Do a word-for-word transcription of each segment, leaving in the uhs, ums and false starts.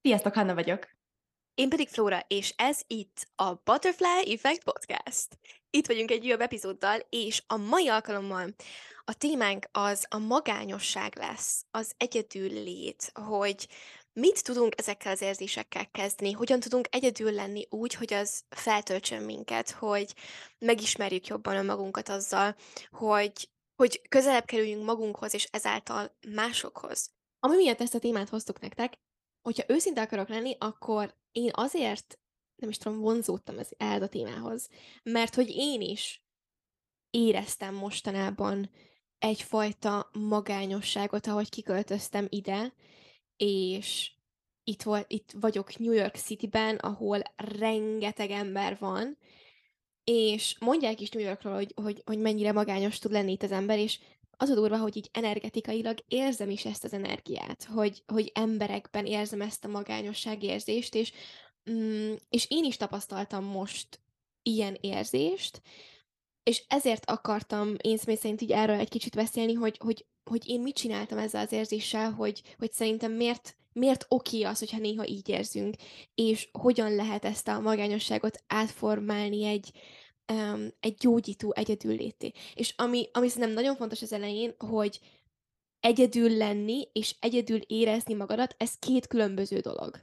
Sziasztok, Hanna vagyok. Én pedig Flóra, és ez itt a Butterfly Effect Podcast. Itt vagyunk egy újabb epizóddal, és a mai alkalommal a témánk az a magányosság lesz, az egyedül lét, hogy mit tudunk ezekkel az érzésekkel kezdeni, hogyan tudunk egyedül lenni úgy, hogy az feltöltsön minket, hogy megismerjük jobban önmagunkat azzal, hogy, hogy közelebb kerüljünk magunkhoz, és ezáltal másokhoz. Ami miatt ezt a témát hoztuk nektek, hogyha őszinte akarok lenni, akkor én azért, nem is tudom, vonzódtam ez ehhez a témához, mert hogy én is éreztem mostanában egyfajta magányosságot, ahogy kiköltöztem ide, és itt volt itt vagyok New York Cityben, ahol rengeteg ember van, és mondják is New Yorkról, hogy hogy hogy mennyire magányos tud lenni itt az ember, és az a durva, hogy így energetikailag érzem is ezt az energiát, hogy hogy emberekben érzem ezt a magányosságérzést, és, hm, és én is tapasztaltam most ilyen érzést, és ezért akartam én személy szerint így erről egy kicsit beszélni, hogy hogy hogy én mit csináltam ezzel az érzéssel, hogy hogy szerintem miért miért oké az, hogyha néha így érzünk, és hogyan lehet ezt a magányosságot átformálni egy, Öm, egy gyógyító egyedüllétté. És ami ami szerintem nagyon fontos az elején, hogy egyedül lenni és egyedül érezni magadat, ez két különböző dolog.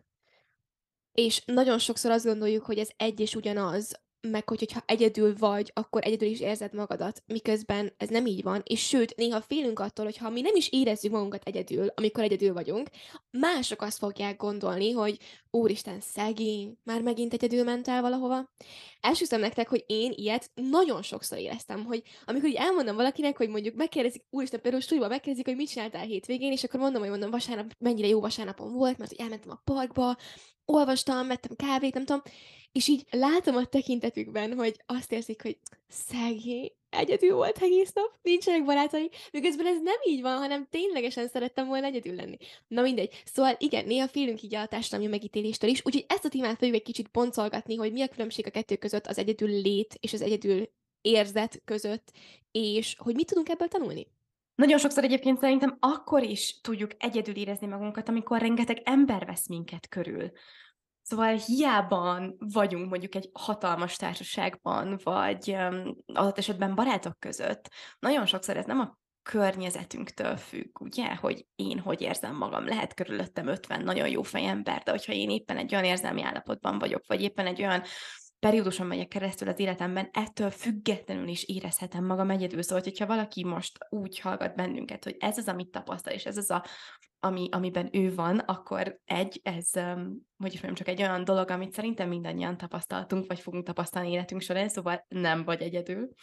És nagyon sokszor azt gondoljuk, hogy ez egy és ugyanaz, meg hogy hogyha egyedül vagy, akkor egyedül is érzed magadat, miközben ez nem így van, és sőt, néha félünk attól, hogy ha mi nem is érezzük magunkat egyedül, amikor egyedül vagyunk, mások azt fogják gondolni, hogy úristen, szegény, már megint egyedül ment el valahova. Esküszöm nektek, hogy én ilyet nagyon sokszor éreztem, hogy amikor így elmondom valakinek, hogy mondjuk megkérdezik, úristen, például suliban megkérdezik, hogy mit csináltál hétvégén, és akkor mondom, hogy mondom, vasárnap mennyire jó vasárnapom volt, mert hogy elmentem a parkba, olvastam, vettem kávét, nem tudom, és így látom a tekintetükben, hogy azt érzik, hogy szegény, egyedül volt egész nap, nincsenek barátai, miközben ez nem így van, hanem ténylegesen szerettem volna egyedül lenni. Na mindegy. Szóval igen, néha félünk így a társadalmi megítéléstől is, úgyhogy ezt a témát fogjuk egy kicsit boncolgatni, hogy mi a különbség a kettő között, az egyedül lét és az egyedül érzet között, és hogy mit tudunk ebből tanulni. Nagyon sokszor egyébként szerintem akkor is tudjuk egyedül érezni magunkat, amikor rengeteg ember vesz minket körül. Szóval hiába vagyunk mondjuk egy hatalmas társaságban, vagy um, adott esetben barátok között, nagyon sokszor ez nem a környezetünktől függ, ugye, hogy én hogy érzem magam. Lehet körülöttem ötven nagyon jó fejember, de hogyha én éppen egy olyan érzelmi állapotban vagyok, vagy éppen egy olyan perióduson megyek keresztül az életemben, ettől függetlenül is érezhetem magam egyedül. Szóval, hogyha valaki most úgy hallgat bennünket, hogy ez az, amit tapasztal, és ez az, a, ami, amiben ő van, akkor egy, ez, um, hogy is mondjam, csak egy olyan dolog, amit szerintem mindannyian tapasztaltunk, vagy fogunk tapasztalni életünk során, szóval nem vagy egyedül.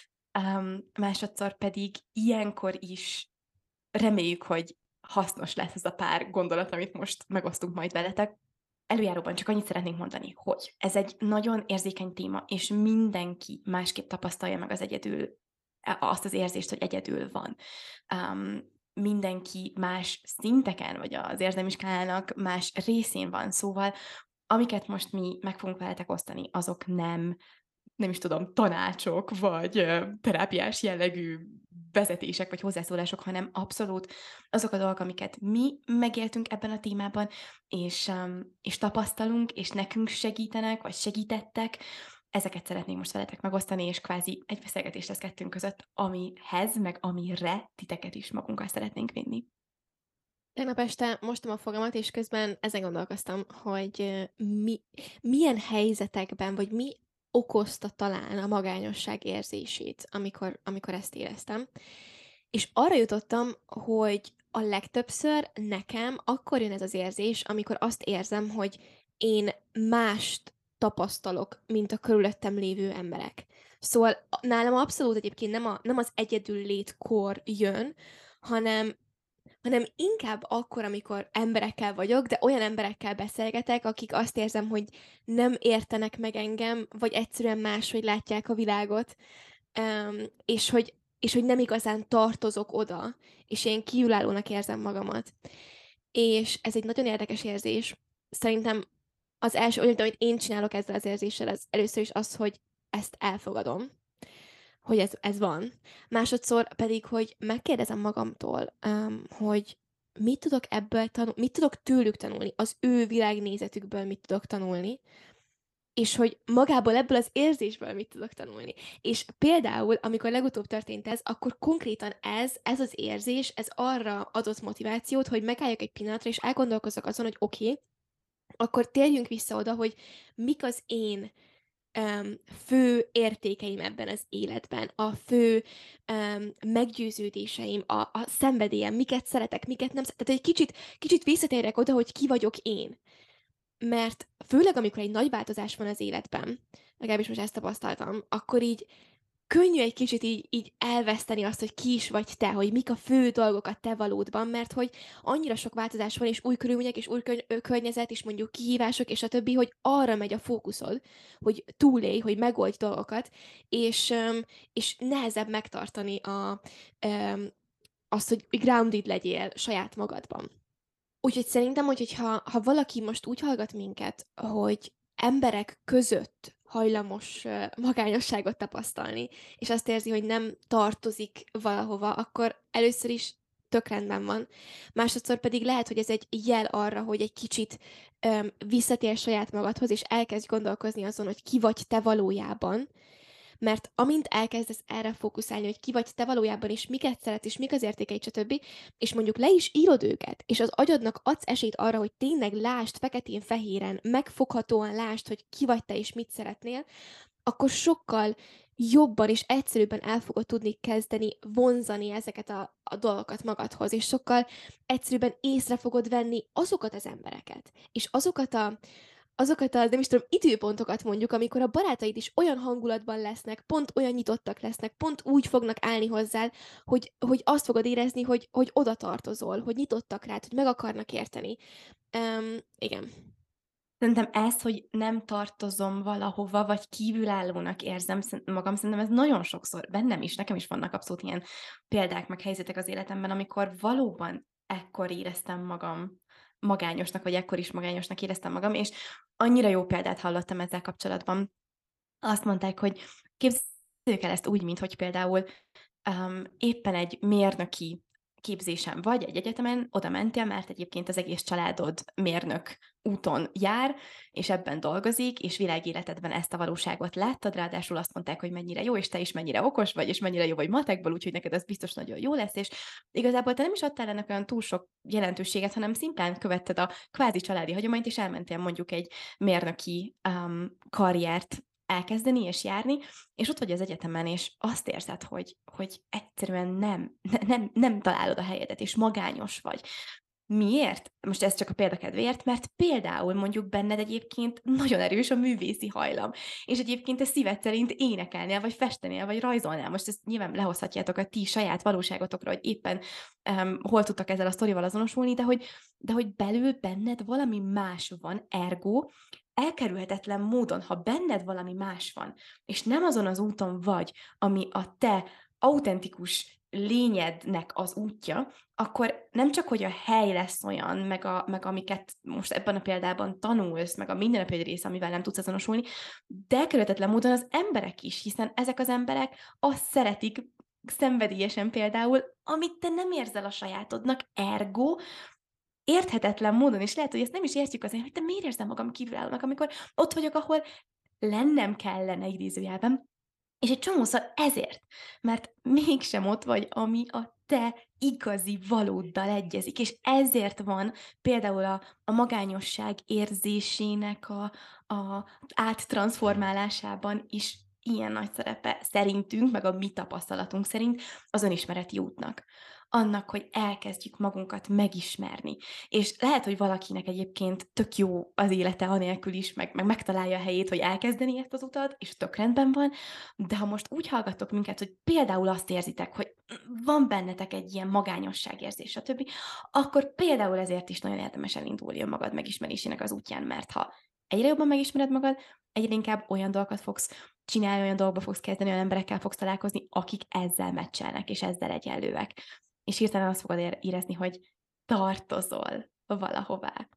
Um, másodszor pedig ilyenkor is reméljük, hogy hasznos lesz ez a pár gondolat, amit most megosztunk majd veletek. Előjáróban csak annyit szeretnénk mondani, hogy ez egy nagyon érzékeny téma, és mindenki másképp tapasztalja meg az egyedül, azt az érzést, hogy egyedül van. Um, mindenki más szinteken, vagy az érzelmi skálának más részén van, szóval amiket most mi meg fogunk veletek osztani, azok nem nem is tudom, tanácsok, vagy ö, terápiás jellegű vezetések, vagy hozzászólások, hanem abszolút azok a dolgok, amiket mi megéltünk ebben a témában, és, um, és tapasztalunk, és nekünk segítenek, vagy segítettek, ezeket szeretnénk most veletek megosztani, és kvázi egy beszélgetés lesz kettőnk között, amihez, meg amire titeket is magunkkal szeretnénk vinni. Tegnap este mostam a fogamat, és közben ezen gondolkoztam, hogy ö, mi milyen helyzetekben, vagy mi okozta talán a magányosság érzését, amikor amikor ezt éreztem. És arra jutottam, hogy a legtöbbször nekem akkor jön ez az érzés, amikor azt érzem, hogy én mást tapasztalok, mint a körülöttem lévő emberek. Szóval a nálam abszolút egyébként nem a nem az egyedül létkor jön, hanem hanem inkább akkor, amikor emberekkel vagyok, de olyan emberekkel beszélgetek, akik azt érzem, hogy nem értenek meg engem, vagy egyszerűen máshogy látják a világot, öm, és hogy és hogy nem igazán tartozok oda, és én kívülállónak érzem magamat. És ez egy nagyon érdekes érzés. Szerintem az első olyan, amit én csinálok ezzel az érzéssel, az először is az, hogy ezt elfogadom, hogy ez ez van. Másodszor pedig, hogy megkérdezem magamtól, öm, hogy mit tudok ebből tanulni, mit tudok tőlük tanulni, az ő világnézetükből mit tudok tanulni, és hogy magából ebből az érzésből mit tudok tanulni. És például, amikor legutóbb történt ez, akkor konkrétan ez, ez az érzés, ez arra adott motivációt, hogy megálljak egy pillanatra, és elgondolkozzak azon, hogy oké, okay, akkor térjünk vissza oda, hogy mik az én um, fő értékeim ebben az életben, a fő um, meggyőződéseim, a, a szenvedélyem, miket szeretek, miket nem szeretek. Tehát egy kicsit, kicsit visszatérek oda, hogy ki vagyok én. Mert főleg, amikor egy nagy változás van az életben, legalábbis most ezt tapasztaltam, akkor így könnyű egy kicsit így, így elveszteni azt, hogy ki is vagy te, hogy mik a fő dolgok a te valódban, mert hogy annyira sok változás van, és új körülmények, és új kö- környezet, és mondjuk kihívások, és a többi, hogy arra megy a fókuszod, hogy túlélj, hogy megoldj dolgokat, és, öm, és nehezebb megtartani a, öm, azt, hogy grounded legyél saját magadban. Úgyhogy szerintem, hogy, hogyha ha valaki most úgy hallgat minket, hogy emberek között hajlamos ö, magányosságot tapasztalni, és azt érzi, hogy nem tartozik valahova, akkor először is tök rendben van. Másodszor pedig lehet, hogy ez egy jel arra, hogy egy kicsit öm, visszatér saját magadhoz, és elkezd gondolkozni azon, hogy ki vagy te valójában, mert amint elkezdesz erre fókuszálni, hogy ki vagy te valójában, és miket szeret, és mik az értékeid, stb., és mondjuk le is írod őket, és az agyadnak adsz esélyt arra, hogy tényleg lásd feketén-fehéren, megfoghatóan lásd, hogy ki vagy te, és mit szeretnél, akkor sokkal jobban és egyszerűbben el fogod tudni kezdeni vonzani ezeket a, a dolgokat magadhoz, és sokkal egyszerűbben észre fogod venni azokat az embereket, és azokat a azokat a, nem is tudom, időpontokat mondjuk, amikor a barátaid is olyan hangulatban lesznek, pont olyan nyitottak lesznek, pont úgy fognak állni hozzád, hogy, hogy azt fogod érezni, hogy, hogy oda tartozol, hogy nyitottak rád, hogy meg akarnak érteni. Um, igen. Szerintem ez, hogy nem tartozom valahova, vagy kívülállónak érzem magam, szerintem ez nagyon sokszor bennem is, nekem is vannak abszolút ilyen példák, meg helyzetek az életemben, amikor valóban ekkor éreztem magam magányosnak, vagy ekkor is magányosnak éreztem magam, és annyira jó példát hallottam ezzel kapcsolatban. Azt mondták, hogy képzeljük el ezt úgy, mint hogy például um, éppen egy mérnöki képzésen vagy egy egyetemen, oda mentél, mert egyébként az egész családod mérnök úton jár, és ebben dolgozik, és világéletedben ezt a valóságot láttad, ráadásul azt mondták, hogy mennyire jó, és te is mennyire okos vagy, és mennyire jó vagy matekból, úgyhogy neked ez biztos nagyon jó lesz, és igazából te nem is adtál ennek olyan túl sok jelentőséget, hanem szimplán követted a kvázi családi hagyományt, és elmentél mondjuk egy mérnöki um, karriert elkezdeni és járni, és ott vagy az egyetemen, és azt érzed, hogy, hogy egyszerűen nem, nem, nem találod a helyedet, és magányos vagy. Miért? Most ez csak a példakedvéért, mert például mondjuk benned egyébként nagyon erős a művészi hajlam, és egyébként te szíved szerint énekelnél, vagy festenél, vagy rajzolnál. Most ezt nyilván lehozhatjátok a ti saját valóságotokra, hogy éppen um, hol tudtak ezzel a sztorival azonosulni, de hogy, de hogy belül benned valami más van, ergo elkerülhetetlen módon, ha benned valami más van, és nem azon az úton vagy, ami a te autentikus lényednek az útja, akkor nem csak, hogy a hely lesz olyan, meg, a, meg amiket most ebben a példában tanulsz, meg a mindennapi egy része, amivel nem tudsz azonosulni, de elkerülhetetlen módon az emberek is, hiszen ezek az emberek azt szeretik szenvedélyesen például, amit te nem érzel a sajátodnak, ergo érthetetlen módon, és lehet, hogy ezt nem is értjük azért, hogy te miért érzem magam kívülállónak, amikor ott vagyok, ahol lennem kellene idézőjelben, és egy csomószor ezért, mert mégsem ott vagy, ami a te igazi valóddal egyezik, és ezért van például a, a magányosság érzésének a, a áttranszformálásában is ilyen nagy szerepe szerintünk, meg a mi tapasztalatunk szerint az önismereti útnak. Annak, hogy elkezdjük magunkat megismerni. És lehet, hogy valakinek egyébként tök jó az élete anélkül is, meg, meg megtalálja a helyét, hogy elkezdeni ezt az utat, és tök rendben van, de ha most úgy hallgattok minket, hogy például azt érzitek, hogy van bennetek egy ilyen magányosságérzés, stb., akkor például ezért is nagyon érdemes elindulni a magad megismerésének az útján, mert ha egyre jobban megismered magad, egyre inkább olyan dolgokat fogsz csinálni, olyan dolgokba fogsz kezdeni, olyan emberekkel fogsz találkozni, akik ezzel meccselnek, és ezzel egyenlőek. És hirtelen azt fogod érezni, hogy tartozol valahová.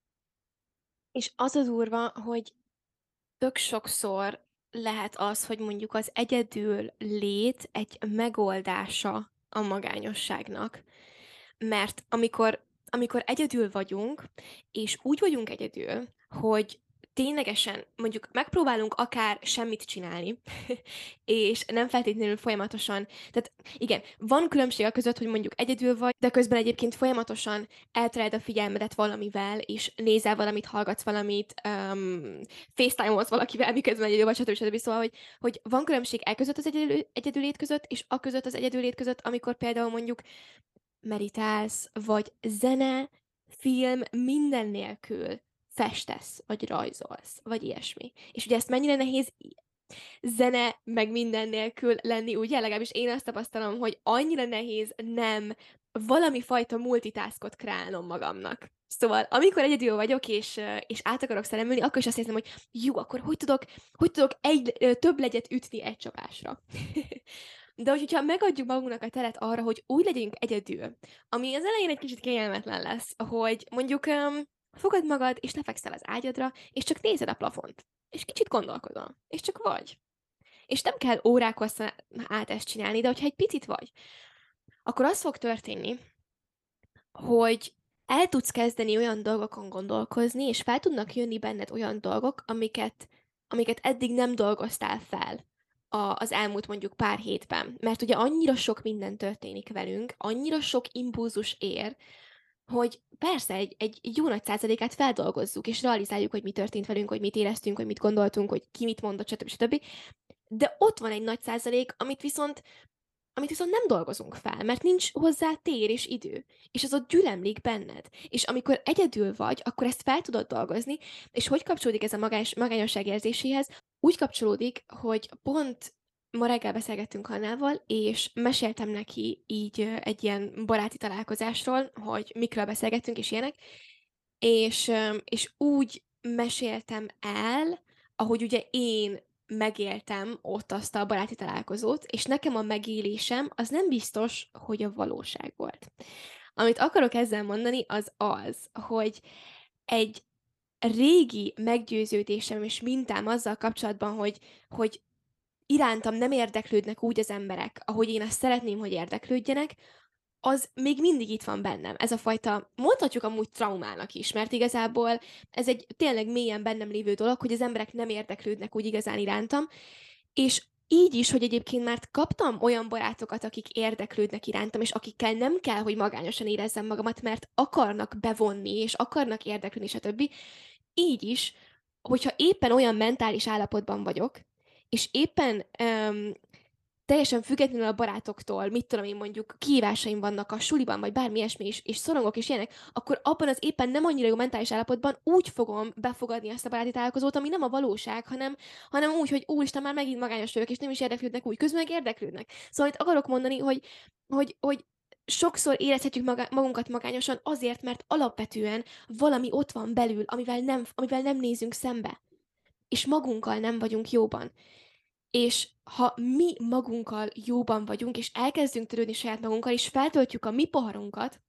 És az a durva, hogy tök sokszor lehet az, hogy mondjuk az egyedül lét egy megoldása a magányosságnak. Mert amikor amikor egyedül vagyunk, és úgy vagyunk egyedül, hogy ténylegesen mondjuk megpróbálunk akár semmit csinálni, és nem feltétlenül folyamatosan, tehát igen, van különbség a között, hogy mondjuk egyedül vagy, de közben egyébként folyamatosan eltereld a figyelmedet valamivel, és nézel valamit, hallgatsz valamit, um, FaceTime-olsz valakivel, miközben egyedül vagy, stb. stb. Szóval, hogy, hogy van különbség el között az egyedül, egyedülét között, és a között az egyedülét között, amikor például mondjuk meditálsz, vagy zene, film, minden nélkül festesz, vagy rajzolsz, vagy ilyesmi. És ugye ezt mennyire nehéz zene, meg minden nélkül lenni, ugye? Legalábbis én azt tapasztalom, hogy annyira nehéz nem valami fajta multitaskot kreálnom magamnak. Szóval, amikor egyedül vagyok, és, és át akarok szerelmülni, akkor is azt érzem, hogy jó, akkor hogy tudok, hogy tudok egy, több legyet ütni egy csapásra. De hogyha megadjuk magunknak a teret arra, hogy úgy legyünk egyedül, ami az elején egy kicsit kényelmetlen lesz, hogy mondjuk um, fogad magad, és lefekszel az ágyadra, és csak nézed a plafont. És kicsit gondolkodol. És csak vagy. És nem kell órákon át ezt csinálni, de hogyha egy picit vagy, akkor az fog történni, hogy el tudsz kezdeni olyan dolgokon gondolkozni, és fel tudnak jönni benned olyan dolgok, amiket, amiket eddig nem dolgoztál fel a, az elmúlt mondjuk pár hétben. Mert ugye annyira sok minden történik velünk, annyira sok impulzus ér, hogy persze egy, egy jó nagy százalékát feldolgozzuk, és realizáljuk, hogy mi történt velünk, hogy mit éreztünk, hogy mit gondoltunk, hogy ki mit mondott, stb. stb. De ott van egy nagy százalék, amit viszont amit viszont nem dolgozunk fel, mert nincs hozzá tér és idő, és az ott gyülemlik benned. És amikor egyedül vagy, akkor ezt fel tudod dolgozni, és hogy kapcsolódik ez a magányos, magányosság érzéséhez? Úgy kapcsolódik, hogy pont ma reggel beszélgettünk Hannával, és meséltem neki így egy ilyen baráti találkozásról, hogy mikről beszélgettünk, és ilyenek, és, és úgy meséltem el, ahogy ugye én megéltem ott azt a baráti találkozót, és nekem a megélésem az nem biztos, hogy a valóság volt. Amit akarok ezzel mondani, az az, hogy egy régi meggyőződésem és mintám azzal kapcsolatban, hogy, hogy irántam nem érdeklődnek úgy az emberek, ahogy én azt szeretném, hogy érdeklődjenek, az még mindig itt van bennem. Ez a fajta, mondhatjuk amúgy traumának is, mert igazából ez egy tényleg mélyen bennem lévő dolog, hogy az emberek nem érdeklődnek úgy igazán irántam, és így is, hogy egyébként már kaptam olyan barátokat, akik érdeklődnek irántam, és akikkel nem kell, hogy magányosan érezzem magamat, mert akarnak bevonni, és akarnak érdeklődni, stb. Így is, hogyha éppen olyan mentális állapotban vagyok, és éppen um, teljesen függetlenül a barátoktól, mit tudom én mondjuk, kihívásaim vannak a suliban, vagy bármi ilyesmi is, és szorongok és ilyenek, akkor abban az éppen nem annyira jó mentális állapotban úgy fogom befogadni azt a baráti találkozót, ami nem a valóság, hanem, hanem úgy, hogy úristen, már megint magányos vagyok, és nem is érdeklődnek úgy, közben meg érdeklődnek. Szóval itt akarok mondani, hogy, hogy, hogy sokszor érezhetjük maga, magunkat magányosan azért, mert alapvetően valami ott van belül, amivel nem, amivel nem nézünk szembe. És magunkkal nem vagyunk jóban. És ha mi magunkkal jóban vagyunk, és elkezdünk törődni saját magunkkal, és feltöltjük a mi poharunkat,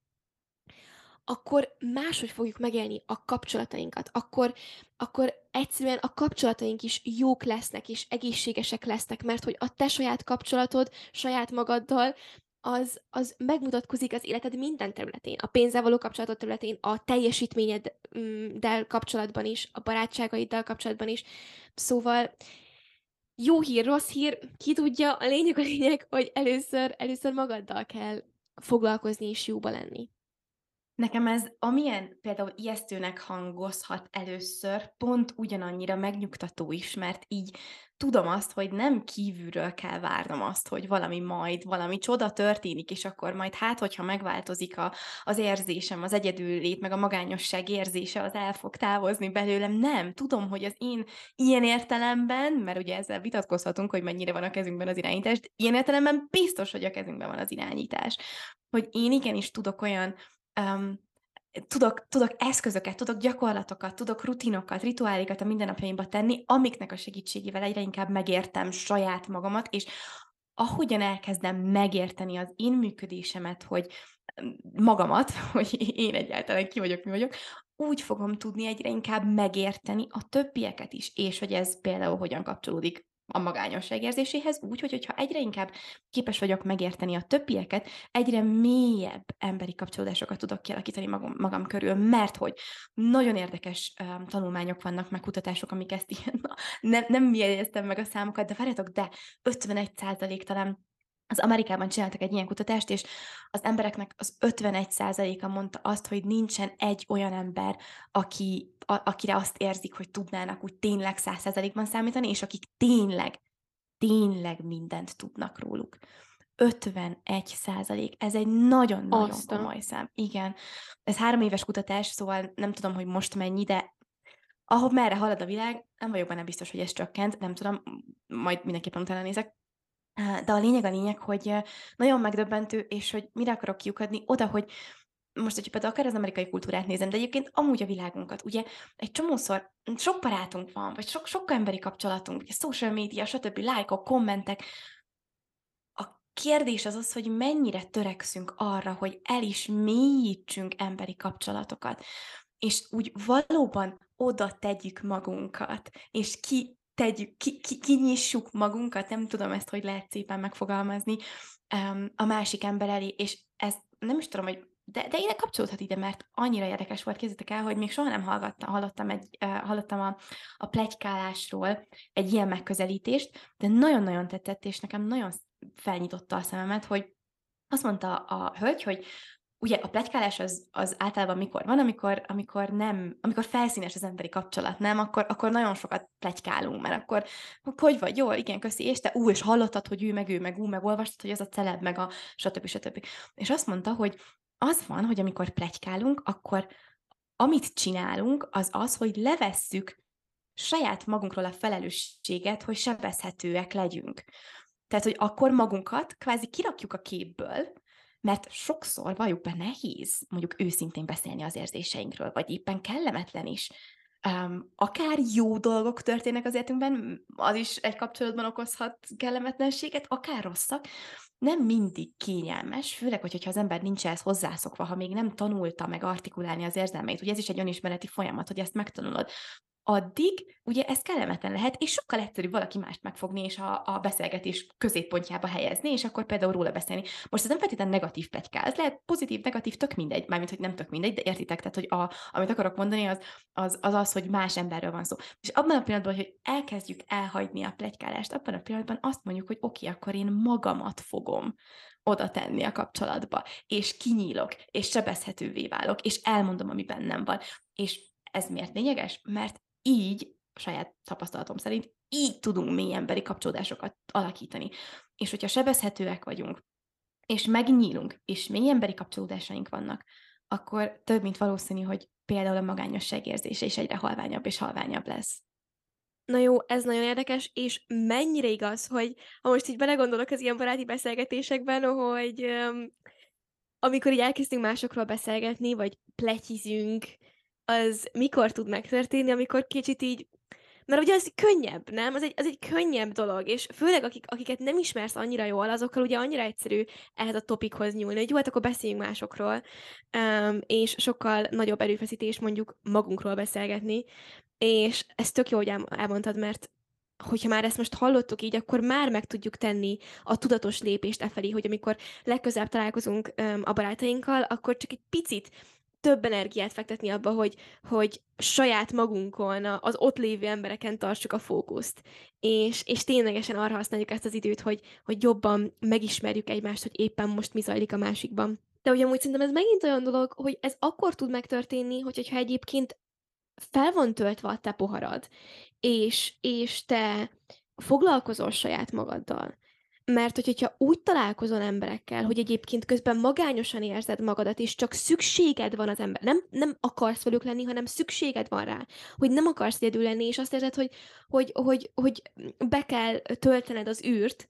akkor máshogy fogjuk megélni a kapcsolatainkat. Akkor, akkor egyszerűen a kapcsolataink is jók lesznek, és egészségesek lesznek, mert hogy a te saját kapcsolatod saját magaddal, az, az megmutatkozik az életed minden területén. A pénzzel való kapcsolatod területén, a teljesítményeddel kapcsolatban is, a barátságaiddal kapcsolatban is. Szóval jó hír, rossz hír, ki tudja, a lényeg a lényeg, hogy először, először magaddal kell foglalkozni és jóba lenni. Nekem ez, amilyen például ijesztőnek hangozhat először, pont ugyanannyira megnyugtató is, mert így tudom azt, hogy nem kívülről kell várnom azt, hogy valami majd, valami csoda történik, és akkor majd hát, hogyha megváltozik a, az érzésem, az egyedüllét, meg a magányosság érzése, az el fog távozni belőlem. Nem, tudom, hogy az én ilyen értelemben, mert ugye ezzel vitatkozhatunk, hogy mennyire van a kezünkben az irányítás, de ilyen értelemben biztos, hogy a kezünkben van az irányítás. Hogy én igenis tudok olyan Um, tudok, tudok eszközöket, tudok gyakorlatokat, tudok rutinokat, rituálékat a mindennapjaimba tenni, amiknek a segítségével egyre inkább megértem saját magamat, és ahogyan elkezdem megérteni az én működésemet, hogy magamat, hogy én egyáltalán ki vagyok, mi vagyok, úgy fogom tudni egyre inkább megérteni a többieket is, és hogy ez például hogyan kapcsolódik a magányosság érzéséhez, úgy, hogy hogyha egyre inkább képes vagyok megérteni a többieket, egyre mélyebb emberi kapcsolódásokat tudok kialakítani magam, magam körül, mert hogy nagyon érdekes um, tanulmányok vannak, meg kutatások, amik ezt ilyen, na, nem, nem jegyeztem meg a számokat, de várjátok, de ötvenegy százalék talán az Amerikában csináltak egy ilyen kutatást, és az embereknek az ötvenegy százaléka mondta azt, hogy nincsen egy olyan ember, aki, a, akire azt érzik, hogy tudnának úgy tényleg száz százalékban számítani, és akik tényleg, tényleg mindent tudnak róluk. ötvenegy százalék, ez egy nagyon-nagyon Azt a... komoly szám. Igen, ez három éves kutatás, szóval nem tudom, hogy most mennyi, de ahol merre halad a világ, nem vagyok benne biztos, hogy ez csökkent, nem tudom, majd mindenképpen utána nézek. De a lényeg a lényeg, hogy nagyon megdöbbentő, és hogy mire akarok kiukadni, oda, hogy most, hogy például akár az amerikai kultúrát nézem, de egyébként amúgy a világunkat, ugye egy csomószor sok barátunk van, vagy sok, sok emberi kapcsolatunk, ugye social media, stb., lájkok, kommentek. A kérdés az az, hogy mennyire törekszünk arra, hogy el is mélyítsünk emberi kapcsolatokat, és úgy valóban oda tegyük magunkat, és ki tegyük, ki, ki, kinyissuk magunkat, nem tudom ezt, hogy lehet szépen megfogalmazni, um, a másik ember elé, és ez nem is tudom, hogy de, de ide kapcsolódhat ide, mert annyira érdekes volt, képzeljétek el, hogy még soha nem hallgattam, hallottam, egy, uh, hallottam a, a pletykálásról egy ilyen megközelítést, de nagyon-nagyon tetszett, és nekem nagyon felnyitotta a szememet, hogy azt mondta a hölgy, hogy ugye a pletykálás az, az általában mikor van, amikor, amikor nem, amikor felszínes az emberi kapcsolat, nem? Akkor, akkor nagyon sokat pletykálunk, mert akkor hogy vagy, jól, igen, köszi, és te ú, és hallottad, hogy ő meg ő, meg ú, meg olvastad, hogy ez a celeb, meg a stb. Stb. És azt mondta, hogy az van, hogy amikor pletykálunk, akkor amit csinálunk, az az, hogy levesszük saját magunkról a felelősséget, hogy sebezhetőek legyünk. Tehát, hogy akkor magunkat kvázi kirakjuk a képből, mert sokszor, valljuk be, nehéz mondjuk őszintén beszélni az érzéseinkről, vagy éppen kellemetlen is. Um, akár jó dolgok történnek az életünkben, az is egy kapcsolatban okozhat kellemetlenséget, akár rosszak. Nem mindig kényelmes, főleg, hogyha az ember nincs ehhez hozzászokva, ha még nem tanulta meg artikulálni az érzelmeit. Ugye ez is egy önismereti folyamat, hogy ezt megtanulod. Addig ugye ez kellemetlen lehet, és sokkal egyszerűbb valaki mást megfogni, és a, a beszélgetés középpontjába helyezni, és akkor például róla beszélni. Most ez nem feltétlenül negatív pletyka, ez lehet pozitív, negatív, tök mindegy, mármint, hogy nem tök mindegy, de értitek, tehát, hogy a, amit akarok mondani, az az, az az, hogy más emberről van szó. És abban a pillanatban, hogy elkezdjük elhagyni a pletykálást, abban a pillanatban azt mondjuk, hogy oké, okay, akkor én magamat fogom oda tenni a kapcsolatba, és kinyílok, és sebezhetővé válok, és elmondom, ami bennem van. És ez miért lényeges? Mert így, a saját tapasztalatom szerint, így tudunk mély emberi kapcsolódásokat alakítani. És hogyha sebezhetőek vagyunk, és megnyílunk, és mély emberi kapcsolódásaink vannak, akkor több mint valószínű, hogy például a magányosság érzése is egyre halványabb és halványabb lesz. Na jó, ez nagyon érdekes, és mennyire igaz, hogy ha most így belegondolok az ilyen baráti beszélgetésekben, hogy um, amikor így elkezdünk másokról beszélgetni, vagy plettyizünk, az mikor tud megtörténni, amikor kicsit így, mert ugye az könnyebb, nem? Az egy, az egy könnyebb dolog, és főleg akik, akiket nem ismersz annyira jól, azokkal ugye annyira egyszerű ehhez a topikhoz nyúlni, hogy jó, hát akkor beszéljünk másokról, um, és sokkal nagyobb erőfeszítés mondjuk magunkról beszélgetni, és ezt tök jó, hogy el, elmondtad, mert hogyha már ezt most hallottuk így, akkor már meg tudjuk tenni a tudatos lépést e felé, hogy amikor legközelebb találkozunk um, a barátainkkal, akkor csak egy picit több energiát fektetni abba, hogy, hogy saját magunkon, az ott lévő embereken tartsuk a fókuszt. És, és ténylegesen arra használjuk ezt az időt, hogy, hogy jobban megismerjük egymást, hogy éppen most mi zajlik a másikban. De ugye amúgy szerintem ez megint olyan dolog, hogy ez akkor tud megtörténni, hogyha egyébként fel van töltve a te poharad, és, és te foglalkozol saját magaddal. Mert hogyha úgy találkozol emberekkel, hogy egyébként közben magányosan érzed magadat, és csak szükséged van az ember, nem, nem akarsz velük lenni, hanem szükséged van rá, hogy nem akarsz egyedül lenni, és azt érzed, hogy, hogy, hogy, hogy be kell töltened az űrt,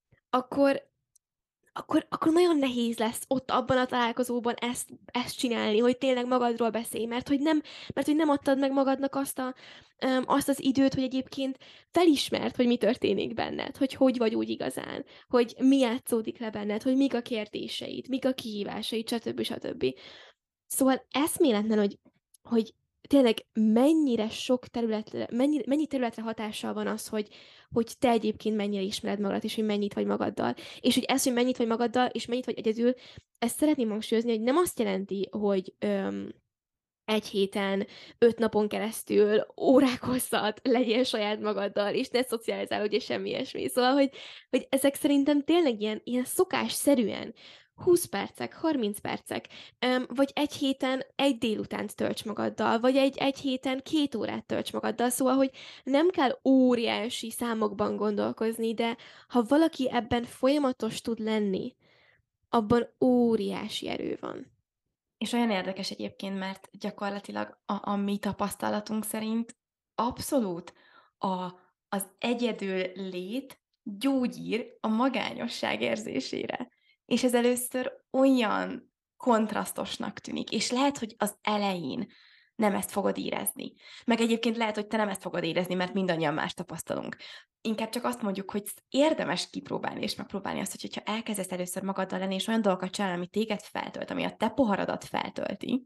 akkor, akkor, akkor nagyon nehéz lesz ott abban a találkozóban ezt, ezt csinálni, hogy tényleg magadról beszélj, mert hogy nem, mert hogy nem adtad meg magadnak azt, a, um, azt az időt, hogy egyébként felismert, hogy mi történik benned, hogy hogy vagy úgy igazán, hogy mi játszódik le benned, hogy mik a kérdéseid, mik a kihívásaid, stb. stb. Szóval eszméletlen, hogy, hogy tényleg mennyire sok területre, mennyi, mennyi területre hatással van az, hogy, hogy te egyébként mennyire ismered magadat, és hogy mennyit vagy magaddal. És hogy ez, hogy mennyit vagy magaddal, és mennyit vagy egyedül, ezt szeretném hangsúlyozni, hogy nem azt jelenti, hogy öm, egy héten, öt napon keresztül órák hosszat legyél saját magaddal, és ne szocializálódj, és semmi ilyesmi. Szóval, hogy, hogy ezek szerintem tényleg ilyen, ilyen szokásszerűen húsz percek, harminc percek, öm, vagy egy héten egy délutánt tölts magaddal, vagy egy, egy héten két órát tölts magaddal, szóval, hogy nem kell óriási számokban gondolkozni, de ha valaki ebben folyamatos tud lenni, abban óriási erő van. És olyan érdekes egyébként, mert gyakorlatilag a, a mi tapasztalatunk szerint abszolút a, az egyedül lét gyógyír a magányosság érzésére. És ez először olyan kontrasztosnak tűnik, és lehet, hogy az elején nem ezt fogod érezni. Meg egyébként lehet, hogy te nem ezt fogod érezni, mert mindannyian más tapasztalunk. Inkább csak azt mondjuk, hogy érdemes kipróbálni és megpróbálni azt, hogyha elkezdesz először magaddal lenni, és olyan dolgokat csinálni, ami téged feltölt, ami a te poharadat feltölti,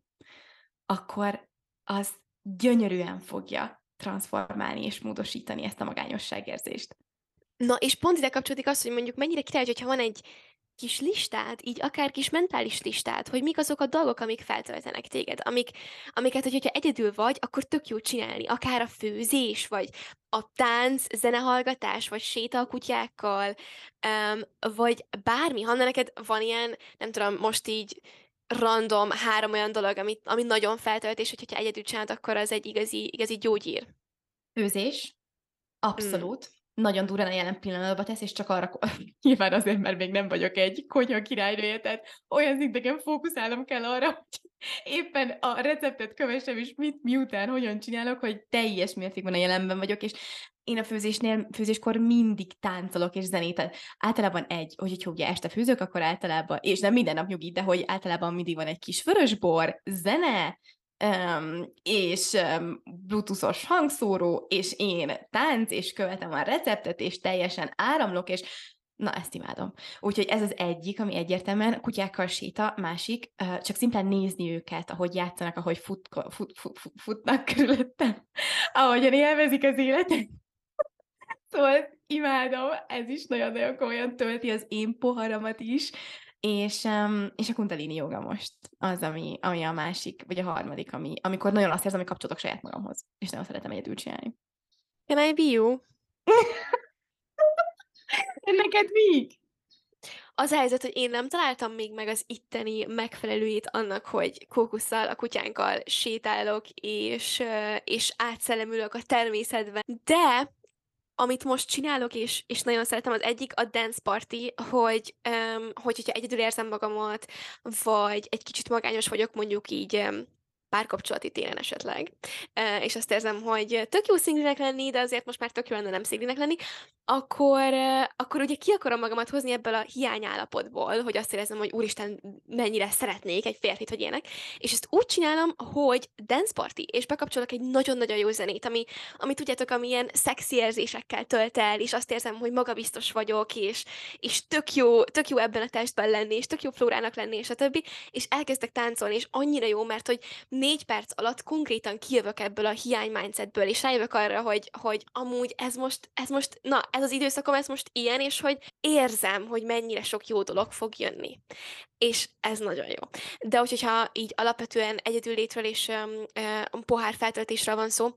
akkor az gyönyörűen fogja transformálni és módosítani ezt a magányosságérzést. Na, és pont ide kapcsolódik az, hogy mondjuk mennyire király, hogyha van egy kis listád, így akár kis mentális listád, hogy mik azok a dolgok, amik feltöltenek téged, amik, amiket, hogyha egyedül vagy, akkor tök jó csinálni. Akár a főzés, vagy a tánc, zenehallgatás, vagy séta a kutyákkal, um, vagy bármi. Hanna, neked van ilyen, nem tudom, most így random három olyan dolog, amit, ami nagyon feltölt, és hogyha egyedül csinálod, akkor az egy igazi, igazi gyógyír. Főzés, Mm. abszolút. Nagyon durán a jelen pillanatban tesz, és csak arra, nyilván azért, mert még nem vagyok egy konyha királynője, tehát olyan szinteken fókuszálnom kell arra, hogy éppen a receptet kövessem, és mit, miután, hogyan csinálok, hogy teljes mértékben a jelenben vagyok, és én a főzésnél, főzéskor mindig táncolok és zenét. Általában egy, hogy hogyha ugye este főzök, akkor általában, és nem minden nap nyugi, de hogy általában mindig van egy kis vörösbor, zene, Um, és um, bluetoothos hangszóró, és én tánc, és követem a receptet, és teljesen áramlok, és na, ezt imádom. Úgyhogy ez az egyik, ami egyértelműen kutyákkal séta, másik, uh, csak szimplán nézni őket, ahogy játszanak, ahogy fut, fut, fut, fut, futnak körülöttem, ahogyan élvezik az életet. Szóval imádom, ez is nagyon-nagyon komolyan tölti az én poharamat is, és, um, és a kundalini joga most az, ami, ami a másik, vagy a harmadik, ami, amikor nagyon azt érzem, hogy kapcsolódok saját magamhoz, és nagyon szeretem egyedül csinálni. Can I be you? Neked mi? Az a helyzet, hogy én nem találtam még meg az itteni megfelelőjét annak, hogy kókusszal, a kutyánkkal sétálok, és, ö, és átszellemülök a természetben. De amit most csinálok, és, és nagyon szeretem, az egyik a dance party, hogy, um, hogy hogyha egyedül érzem magamat, vagy egy kicsit magányos vagyok, mondjuk így um, párkapcsolati téren esetleg, uh, és azt érzem, hogy tök jó szinglinek lenni, de azért most már tök jó lenne nem szinglinek lenni, akkor, uh, akkor ugye ki akarom magamat hozni ebből a hiányállapotból, hogy azt érzem, hogy úristen, mennyire szeretnék egy férfit, hogy ilyenek, és ezt úgy csinálom, hogy dance party, és bekapcsolok egy nagyon-nagyon jó zenét, ami, ami tudjátok, ami ilyen szexi érzésekkel tölt el, és azt érzem, hogy magabiztos vagyok, és, és tök jó, tök jó ebben a testben lenni, és tök jó flórának lenni, és a többi, és elkezdek táncolni, és annyira jó, mert hogy négy perc alatt konkrétan kijövök ebből a hiány mindsetből, és rájövök arra, hogy, hogy amúgy ez most, ez most, na, ez az időszakom, ez most ilyen, és hogy érzem, hogy mennyire sok jó dolog fog jönni. És ez nagyon jó. De hogyha így alapvetően egyedüllétről és um, um, pohár feltöltésről van szó,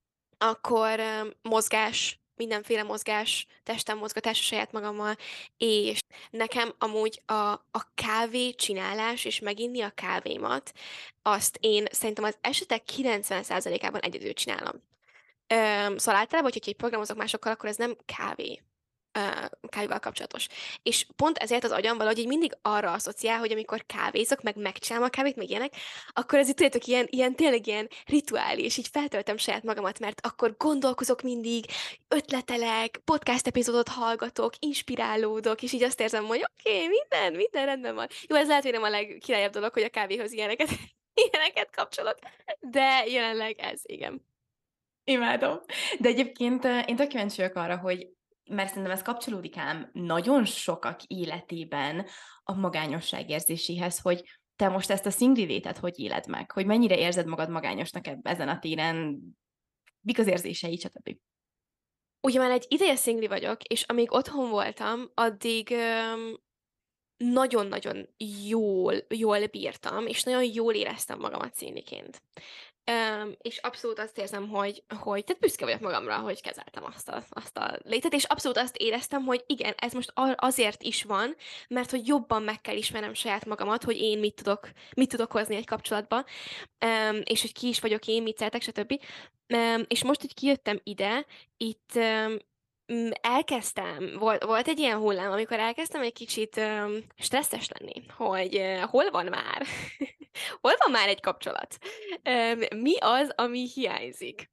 akkor um, mozgás, mindenféle mozgás, testem mozgatás a saját magammal, és nekem amúgy a, a kávé csinálás, és meginni a kávémat, azt én szerintem az esetek kilencven százalékában egyedül csinálom. Öm, szóval általában, hogyha egy programozok másokkal, akkor ez nem kávé, ö, kávéval kapcsolatos. És pont ezért az agyam valahogy így mindig arra asszociál, hogy amikor kávézok, meg megcsinálom a kávét, meg ilyenek, akkor ez itt tudjátok, ilyen, ilyen tényleg ilyen rituálé, és így feltöltöm saját magamat, mert akkor gondolkozok mindig, ötletelek, podcast epizódot hallgatok, inspirálódok, és így azt érzem, hogy oké, okay, minden, minden rendben van. Jó, ez lehet, hogy nem a legkirályabb dolog, hogy a kávéhoz ilyeneket, ilyeneket kapcsolok, de jelenleg ez, igen. Imádom. De egyébként uh, én tök kíváncsi vagyok arra, hogy mert szerintem ez kapcsolódik ám nagyon sokak életében a magányosság érzéséhez, hogy te most ezt a szingli létet hogy éled meg? Hogy mennyire érzed magad magányosnak eb- ezen a téren? Mik az érzései, stb. Ugye már egy ideje szingli vagyok, és amíg otthon voltam, addig öm, nagyon-nagyon jól, jól bírtam, és nagyon jól éreztem magamat színliként. Öm, és abszolút azt érzem, hogy, hogy tehát büszke vagyok magamra, hogy kezeltem azt a, azt a létet, és abszolút azt éreztem, hogy igen, ez most a- azért is van, mert hogy jobban meg kell ismernem saját magamat, hogy én mit tudok, mit tudok hozni egy kapcsolatba, öm, és hogy ki is vagyok én, mit szeretek, stb. Öm, és most, hogy kijöttem ide, itt öm, mm, elkezdtem, volt, volt egy ilyen hullám, amikor elkezdtem egy kicsit öm, stresszes lenni, hogy uh, hol van már, hol van már egy kapcsolat, öm, mi az, ami hiányzik.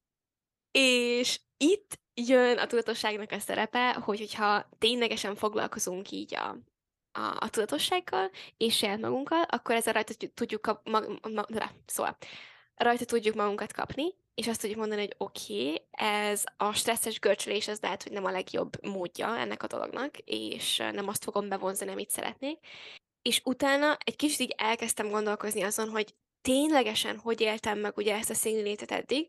És itt jön a tudatosságnak a szerepe, hogy hogyha ténylegesen foglalkozunk így a, a, a tudatossággal és saját magunkkal, akkor ezzel rajta tud- tudjuk kap, mag, ma, rá, szóval, rajta tudjuk magunkat kapni, és azt tudjuk mondani, hogy oké, okay, ez a stresszes görcsölés, ez lehet, hogy nem a legjobb módja ennek a dolognak, és nem azt fogom bevonzani, amit szeretnék. És utána egy kicsit így elkezdtem gondolkozni azon, hogy ténylegesen hogy éltem meg ugye ezt a szinglétet eddig,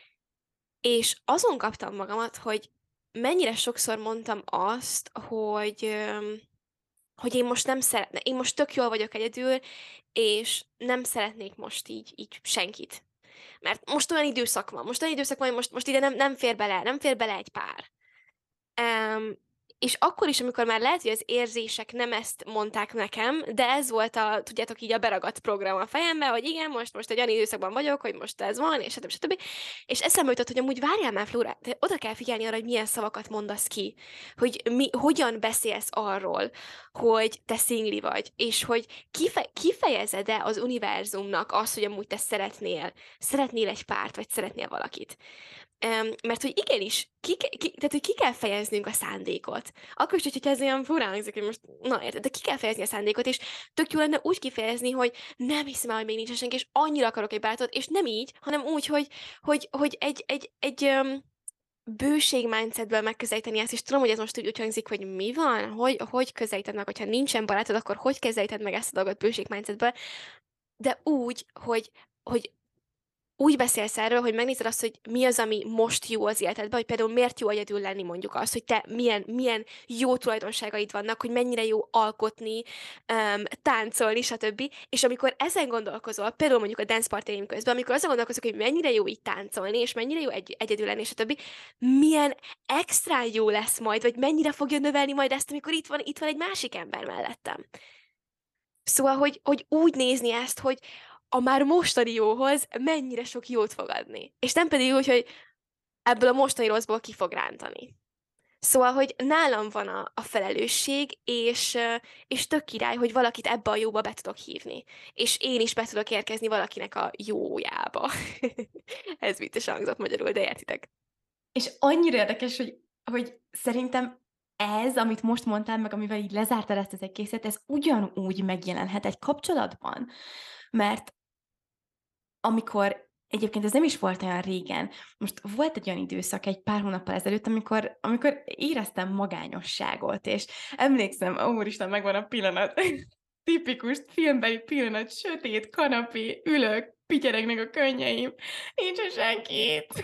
és azon kaptam magamat, hogy mennyire sokszor mondtam azt, hogy, öm, hogy én most nem szeretne, én most tök jól vagyok egyedül, és nem szeretnék most így, így senkit. Mert most olyan időszak van, most olyan időszak van, hogy most, most ide nem, nem fér bele, nem fér bele egy pár. Em, és akkor is, amikor már lehet, hogy az érzések nem ezt mondták nekem, de ez volt a, tudjátok, így a beragadt program a fejembe, hogy igen, most, most egy olyan időszakban vagyok, hogy most ez van, és stb. stb. És eszembe jutott, hogy amúgy várjál már, Flóra, de oda kell figyelni arra, hogy milyen szavakat mondasz ki, hogy mi, hogyan beszélsz arról, hogy te szingli vagy, és hogy kife, kifejezed-e az univerzumnak azt, hogy amúgy te szeretnél, szeretnél egy párt, vagy szeretnél valakit. Um, mert hogy igenis, ki, ki, tehát hogy ki kell fejeznünk a szándékot. Akkor is, hogyha ez olyan furán hangzik, hogy most, na érted, de ki kell fejezni a szándékot, és tök jó lenne úgy kifejezni, hogy nem hiszem el, hogy még nincs senki, és annyira akarok egy barátot, és nem így, hanem úgy, hogy, hogy, hogy egy, egy, egy um, bőség mindsetből megközelíteni ezt, és tudom, hogy ez most úgy, úgy hangzik, hogy mi van, hogy, hogy közelíted meg, hogyha nincsen barátod, akkor hogy közelíted meg ezt a dolgot bőség mindsetből, de úgy, hogy, hogy úgy beszélsz erről, hogy megnézed azt, hogy mi az, ami most jó az életedben, hogy például miért jó egyedül lenni, mondjuk azt, hogy te milyen, milyen jó tulajdonságaid vannak, hogy mennyire jó alkotni, um, táncolni, stb. És amikor ezen gondolkozol, például mondjuk a dance partyim közben, amikor azon gondolkozok, hogy mennyire jó így táncolni, és mennyire jó egy, egyedül lenni, stb., milyen extra jó lesz majd, vagy mennyire fogja növelni majd ezt, amikor itt van, itt van egy másik ember mellettem. Szóval, hogy, hogy úgy nézni ezt, hogy a már mostani jóhoz mennyire sok jót fog adni. És nem pedig úgy, hogy ebből a mostani rosszból ki fog rántani. Szóval, hogy nálam van a, a felelősség, és, ö, és tök király, hogy valakit ebbe a jóba be tudok hívni. És én is be tudok érkezni valakinek a jójába. Ez vicces hangzott magyarul, de értitek. És annyira érdekes, hogy, hogy szerintem ez, amit most mondtál, meg amivel így lezártad ezt az egészet, ez ugyanúgy megjelenhet egy kapcsolatban. Mert amikor egyébként ez nem is volt olyan régen, most volt egy olyan időszak egy pár hónappal ezelőtt, amikor, amikor éreztem magányosságot, és emlékszem, ó, úristen, megvan a pillanat, tipikus filmbeli pillanat, sötét kanapé, ülök, pityeregnek a könnyeim, nincs senki itt.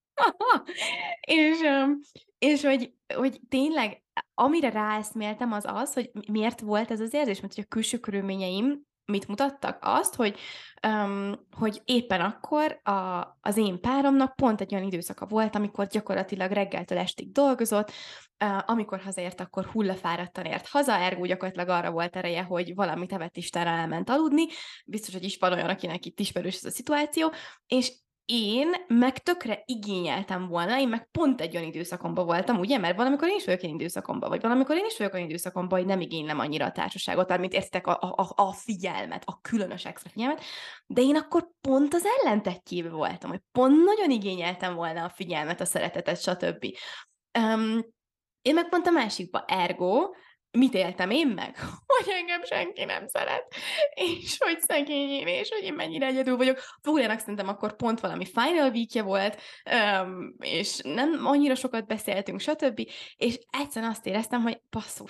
és, öm, és hogy, hogy tényleg, amire ráeszméltem, az az, hogy miért volt ez az érzés, mert hogy a külső körülményeim mit mutattak? Azt, hogy, öm, hogy éppen akkor a, az én páromnak pont egy olyan időszaka volt, amikor gyakorlatilag reggeltől estig dolgozott, uh, amikor hazaért, akkor hullafáradtan ért haza, ergo gyakorlatilag arra volt ereje, hogy valamit evett Istenre elment aludni, biztos, hogy is van olyan, akinek itt ismerős ez a szituáció, és én meg tökre igényeltem volna, én meg pont egy olyan időszakomban voltam, ugye? Mert valamikor én is vagyok ilyen időszakomban, vagy valamikor én is vagyok olyan időszakomban, hogy nem igénylem annyira a társaságot, amit értitek, a, a, a figyelmet, a különös extra figyelmet, de én akkor pont az ellentetjébe voltam, hogy pont nagyon igényeltem volna a figyelmet, a szeretetet, stb. Um, én meg pont a másikba, ergo, mit éltem én meg? Hogy engem senki nem szeret, és hogy szegény én, és hogy én mennyire egyedül vagyok. Flóriának szerintem akkor pont valami final weekje volt, um, és nem annyira sokat beszéltünk, stb. És egyszerűen azt éreztem, hogy basszus,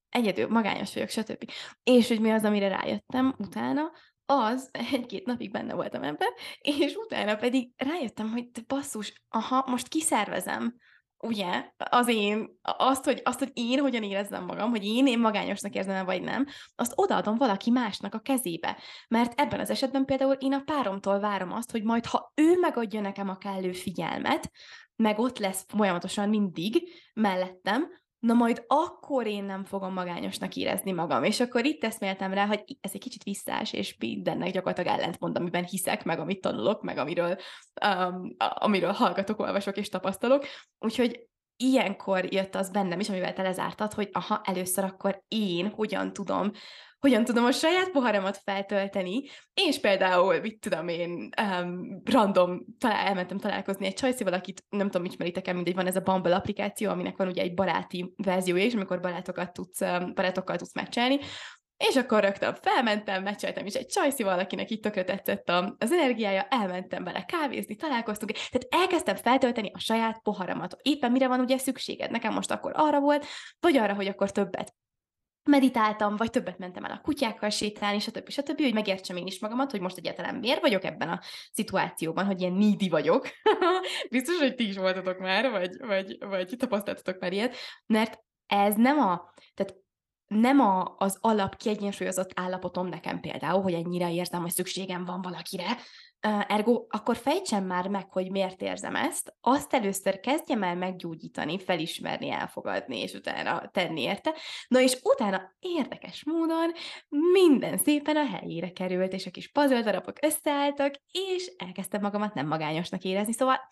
egyedül, magányos vagyok, stb. És hogy mi az, amire rájöttem utána, az egy-két napig benne voltam ebben, és utána pedig rájöttem, hogy de basszus, aha, most kiszervezem, ugye, az én, azt, hogy, azt, hogy én hogyan érezzem magam, hogy én, én magányosnak érzem, vagy nem, azt odaadom valaki másnak a kezébe. Mert ebben az esetben például én a páromtól várom azt, hogy majd, ha ő megadja nekem a kellő figyelmet, meg ott lesz folyamatosan mindig mellettem, na majd akkor én nem fogom magányosnak érezni magam. És akkor itt eszméltem rá, hogy ez egy kicsit visszás, és mindennek gyakorlatilag ellentmond, amiben hiszek, meg amit tanulok, meg amiről, um, amiről hallgatok, olvasok és tapasztalok. Úgyhogy ilyenkor jött az bennem is, amivel te lezártad, hogy aha, először akkor én hogyan tudom hogyan tudom a saját poharamat feltölteni, és például, mit tudom én, um, random talál, elmentem találkozni egy csajszival, akit nem tudom, ismeritek-e, mindegy, van ez a Bumble applikáció, aminek van ugye egy baráti verziója is, amikor barátokat tudsz, um, barátokkal tudsz meccselni, és akkor rögtön felmentem, meccseltem is egy csajszival, akinek itt tökre tetszett a, az energiája, elmentem vele kávézni, találkoztunk, tehát elkezdtem feltölteni a saját poharamat. Éppen mire van ugye szükséged? Nekem most akkor arra volt, vagy arra, hogy akkor többet meditáltam, vagy többet mentem el a kutyákkal sétálni, stb. stb., hogy megértsem én is magamat, hogy most egyáltalán miért vagyok ebben a szituációban, hogy ilyen needy vagyok. Biztos, hogy ti is voltatok már, vagy, vagy, vagy tapasztaltatok már ilyet, mert ez nem a, tehát nem a, az alap kiegyensúlyozott állapotom nekem például, hogy ennyire érzem, hogy szükségem van valakire, Uh, ergo, akkor fejtsem már meg, hogy miért érzem ezt, azt először kezdjem el meggyógyítani, felismerni, elfogadni, és utána tenni érte. Na és utána érdekes módon minden szépen a helyére került, és a kis puzzle darabok összeálltak, és elkezdtem magamat nem magányosnak érezni. Szóval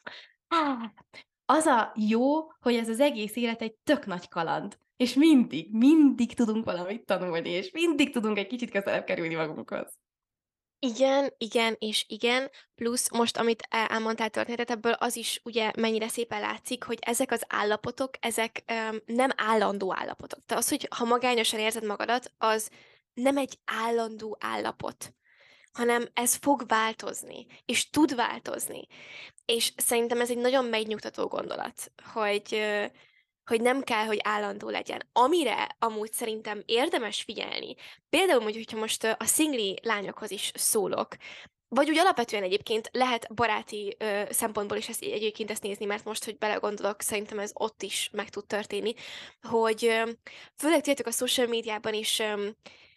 á, az a jó, hogy ez az egész élet egy tök nagy kaland, és mindig, mindig tudunk valamit tanulni, és mindig tudunk egy kicsit közelebb kerülni magunkhoz. Igen, igen és igen, plusz most, amit el elmondtál történetet, ebből az is ugye mennyire szépen látszik, hogy ezek az állapotok, ezek, öm, nem állandó állapotok. Tehát az, hogy ha magányosan érzed magadat, az nem egy állandó állapot, hanem ez fog változni, és tud változni. És szerintem ez egy nagyon megnyugtató gondolat, hogy, ö, hogy nem kell, hogy állandó legyen. Amire amúgy szerintem érdemes figyelni, például mondjuk, hogyha most ö, a szingli lányokhoz is szólok, vagy úgy alapvetően egyébként lehet baráti ö, szempontból is ezt, egyébként ezt nézni, mert most, hogy belegondolok, szerintem ez ott is meg tud történni, hogy ö, főleg tudjátok a social médiában is ö,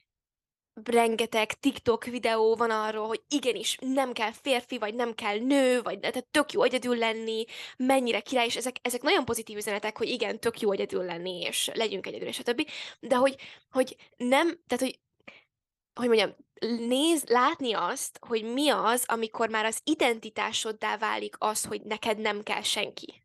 rengeteg TikTok videó van arról, hogy igenis nem kell férfi, vagy nem kell nő, vagy tehát tök jó egyedül lenni, mennyire király, és ezek, ezek nagyon pozitív üzenetek, hogy igen, tök jó egyedül lenni, és legyünk egyedül, és a többi. De hogy, hogy nem, tehát hogy hogy mondjam, nézd, látni azt, hogy mi az, amikor már az identitásoddá válik az, hogy neked nem kell senki,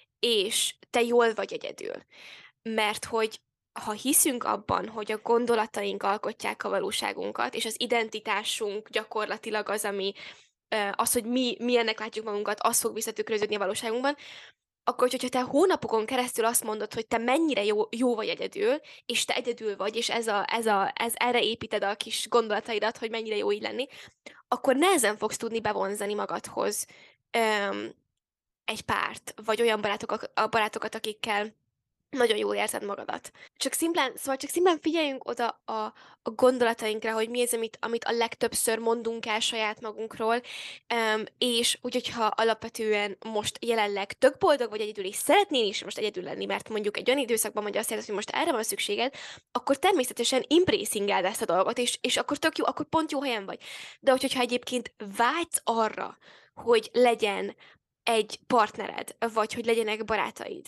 és te jól vagy egyedül. Mert hogy ha hiszünk abban, hogy a gondolataink alkotják a valóságunkat, és az identitásunk gyakorlatilag az, ami ö, az, hogy mi milyennek látjuk magunkat, az fog visszatükröződni a valóságunkban, akkor, hogyha te hónapokon keresztül azt mondod, hogy te mennyire jó, jó vagy egyedül, és te egyedül vagy, és ez a, ez a, ez erre építed a kis gondolataidat, hogy mennyire jó így lenni, akkor nehezen fogsz tudni bevonzani magadhoz öm, egy párt, vagy olyan barátokat, a barátokat, akikkel nagyon jól érzed magadat. Csak szimplán, szóval csak szimplán figyeljünk oda a, a gondolatainkra, hogy mi az, amit, amit a legtöbbször mondunk el saját magunkról, um, és úgy, hogyha alapvetően most jelenleg tök boldog vagy egyedül, és szeretnél is most egyedül lenni, mert mondjuk egy olyan időszakban, hogy azt érzed, hogy most erre van szükséged, akkor természetesen embracingeld ezt a dolgot, és, és akkor tök jó, akkor pont jó helyen vagy. De hogyha egyébként vágysz arra, hogy legyen egy partnered, vagy hogy legyenek barátaid,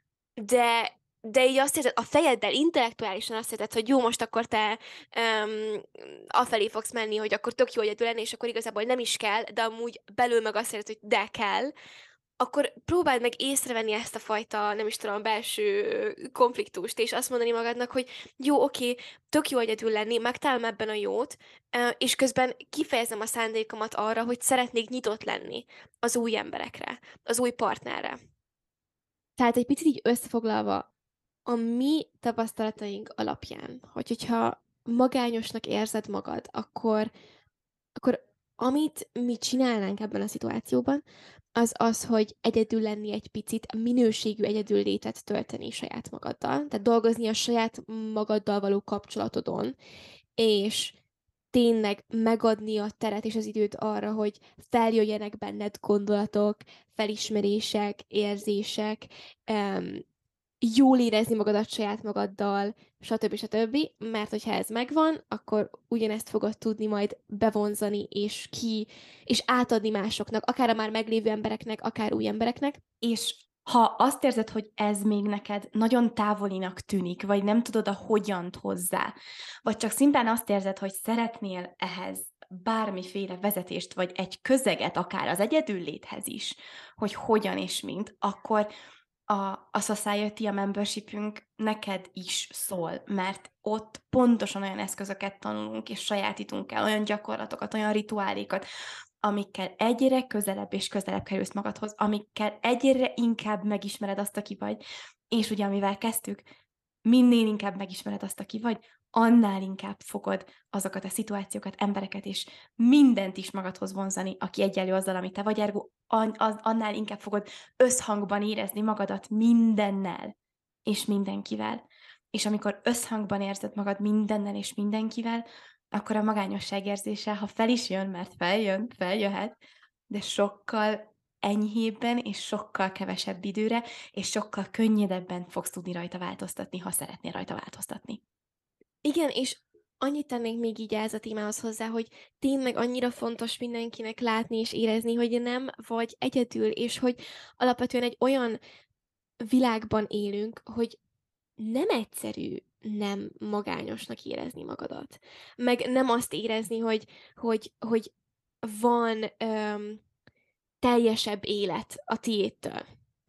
de de így azt érzed, a fejeddel intellektuálisan azt érzed, hogy jó, most akkor te um, afelé fogsz menni, hogy akkor tök jó egyedül lenni, és akkor igazából nem is kell, de amúgy belül meg azt érzed, hogy de kell, akkor próbáld meg észrevenni ezt a fajta, nem is tudom, belső konfliktust, és azt mondani magadnak, hogy jó, oké, tök jó egyedül lenni, megtalálom ebben a jót, ö, és közben kifejezem a szándékomat arra, hogy szeretnék nyitott lenni az új emberekre, az új partnerre. Tehát egy picit így összefoglalva, a mi tapasztalataink alapján, hogy hogyha magányosnak érzed magad, akkor, akkor Amit mi csinálnánk ebben a szituációban, az az, hogy egyedül lenni egy picit, minőségű egyedüllétet tölteni saját magaddal, tehát dolgozni a saját magaddal való kapcsolatodon, és tényleg megadni a teret és az időt arra, hogy feljöjjenek benned gondolatok, felismerések, érzések, em, jól érezni magadat saját magaddal, stb. stb. Mert hogyha ez megvan, akkor ugyanezt fogod tudni majd bevonzani, és ki, és átadni másoknak, akár a már meglévő embereknek, akár új embereknek. És ha azt érzed, hogy ez még neked nagyon távolinak tűnik, vagy nem tudod a hogyant hozzá, vagy csak szimplán azt érzed, hogy szeretnél ehhez bármiféle vezetést, vagy egy közeget, akár az egyedülléthez is, hogy hogyan és mint, akkor a, a Society, a membershipünk neked is szól, mert ott pontosan olyan eszközöket tanulunk, és sajátítunk el, olyan gyakorlatokat, olyan rituálékat, amikkel egyre közelebb és közelebb kerülsz magadhoz, amikkel egyre inkább megismered azt, aki vagy, és ugye, amivel kezdtük, minél inkább megismered azt, aki vagy, annál inkább fogod azokat a szituációkat, embereket és mindent is magadhoz vonzani, aki egyenlő azzal, ami te vagy, ergo an- az- annál inkább fogod összhangban érezni magadat mindennel és mindenkivel. És amikor összhangban érzed magad mindennel és mindenkivel, akkor a magányosság érzése, ha fel is jön, mert feljön, feljöhet, de sokkal enyhébben és sokkal kevesebb időre, és sokkal könnyedebben fogsz tudni rajta változtatni, ha szeretnél rajta változtatni. Igen, és annyit tennénk még így ez a témához hozzá, hogy tényleg annyira fontos mindenkinek látni és érezni, hogy nem vagy egyedül, és hogy alapvetően egy olyan világban élünk, hogy nem egyszerű nem magányosnak érezni magadat. Meg nem azt érezni, hogy, hogy, hogy van öm, teljesebb élet a tiédtől.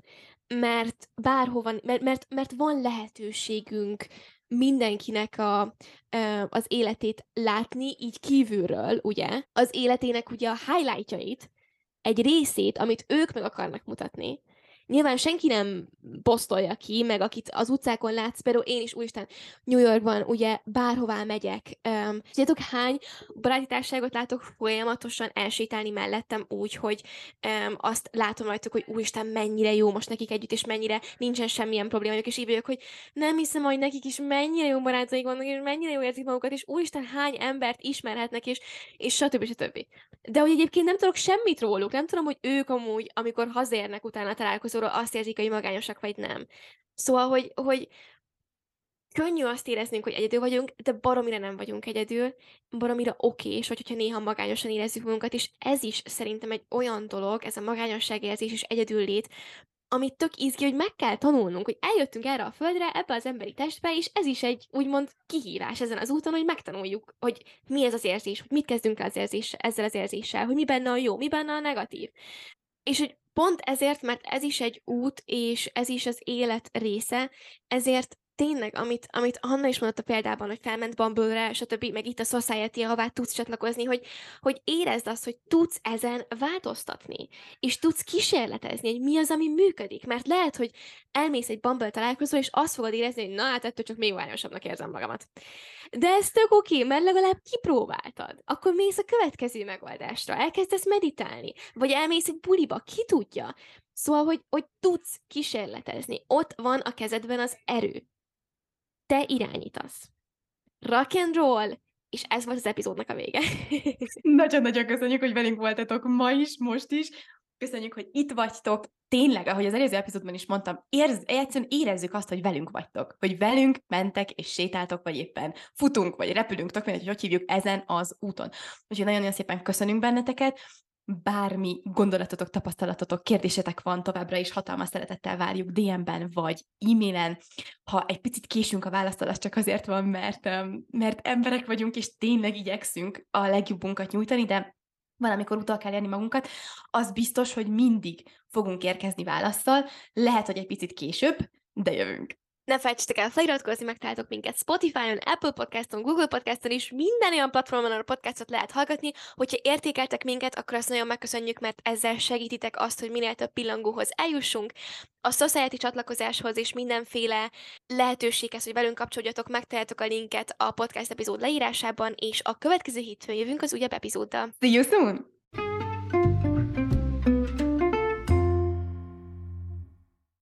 Mert bárhova, mert, mert, mert van lehetőségünk mindenkinek a, ö, az életét látni, így kívülről, ugye? Az életének ugye a highlightjait, egy részét, amit ők meg akarnak mutatni. Nyilván senki nem posztolja ki, meg akit az utcákon látsz, például én is úristen New Yorkban, ugye bárhová megyek. Um, tudjátok, hány baráti társaságot látok folyamatosan elsétálni mellettem úgy, hogy um, azt látom rajtuk, hogy úristen mennyire jó most nekik együtt, és mennyire nincsen semmilyen problémájuk, és így vagyok, hogy nem hiszem, hogy nekik is mennyire jó barátaik vannak, és mennyire jó érzik magukat, és úristen hány embert ismerhetnek, és, és stb. stb. De hogy egyébként nem tudok semmit róluk, nem tudom, hogy ők amúgy, amikor hazérnek utána a találkozóról, azt érzik, hogy magányosak vagy nem. Szóval, hogy, hogy könnyű azt éreznünk, hogy egyedül vagyunk, de baromira nem vagyunk egyedül, baromira okés, vagy hogyha néha magányosan érezzük magunkat, és ez is szerintem egy olyan dolog, ez a magányosságérzés és egyedüllét, amit tök izgi, hogy meg kell tanulnunk, hogy eljöttünk erre a földre, ebbe az emberi testbe, és ez is egy úgymond kihívás ezen az úton, hogy megtanuljuk, hogy mi ez az érzés, hogy mit kezdünk el az érzéssel, ezzel az érzéssel, hogy mi benne a jó, mi benne a negatív. És hogy pont ezért, mert ez is egy út, és ez is az élet része, ezért tényleg, amit, amit Hanna is mondott a példában, hogy felment Bumble-re, stb., meg itt a Society, ahová tudsz csatlakozni, hogy, hogy érezd azt, hogy tudsz ezen változtatni, és tudsz kísérletezni, hogy mi az, ami működik, mert lehet, hogy elmész egy Bumble találkozó, és azt fogod érezni, hogy na hát ettől csak még ványosabbnak érzem magamat. De ez tök oké, mert legalább kipróbáltad. Akkor mész a következő megoldásra, elkezdesz meditálni, vagy elmész egy buliba, ki tudja. Szóval, hogy, hogy tudsz kísérletezni. Ott van a kezedben az erő. Te irányítasz. Rock and roll, és ez volt az epizódnak a vége. Nagyon-nagyon köszönjük, hogy velünk voltatok ma is, most is. Köszönjük, hogy itt vagytok. Tényleg, ahogy az előző epizódban is mondtam, érz, egyszerűen érezzük azt, hogy velünk vagytok. Hogy velünk mentek és sétáltok, vagy éppen futunk, vagy repülünk, tök mindegy, hogy hogy hívjuk ezen az úton. Úgyhogy nagyon-nagyon szépen köszönünk benneteket. Bármi gondolatotok, tapasztalatotok, kérdésetek van, továbbra is hatalmas szeretettel várjuk dé em-ben vagy e-mailen. Ha egy picit késünk a választ, az csak azért van, mert, mert emberek vagyunk, és tényleg igyekszünk a legjobbunkat nyújtani, de valamikor utal kell érni magunkat, az biztos, hogy mindig fogunk érkezni válaszsal, lehet, hogy egy picit később, de jövünk. Ne felejtsetek el feliratkozni, megtaláltok minket Spotify-on, Apple Podcaston, Google Podcaston is, minden olyan platformon, ahol a podcastot lehet hallgatni. Hogyha értékeltek minket, akkor azt nagyon megköszönjük, mert ezzel segítitek azt, hogy minél több pillangóhoz eljussunk. A Society csatlakozáshoz és mindenféle lehetőséghez, hogy velünk kapcsoljatok, megtaláltok a linket a podcast epizód leírásában, és a következő hétfőn jövünk az újabb epizóddal. See you soon!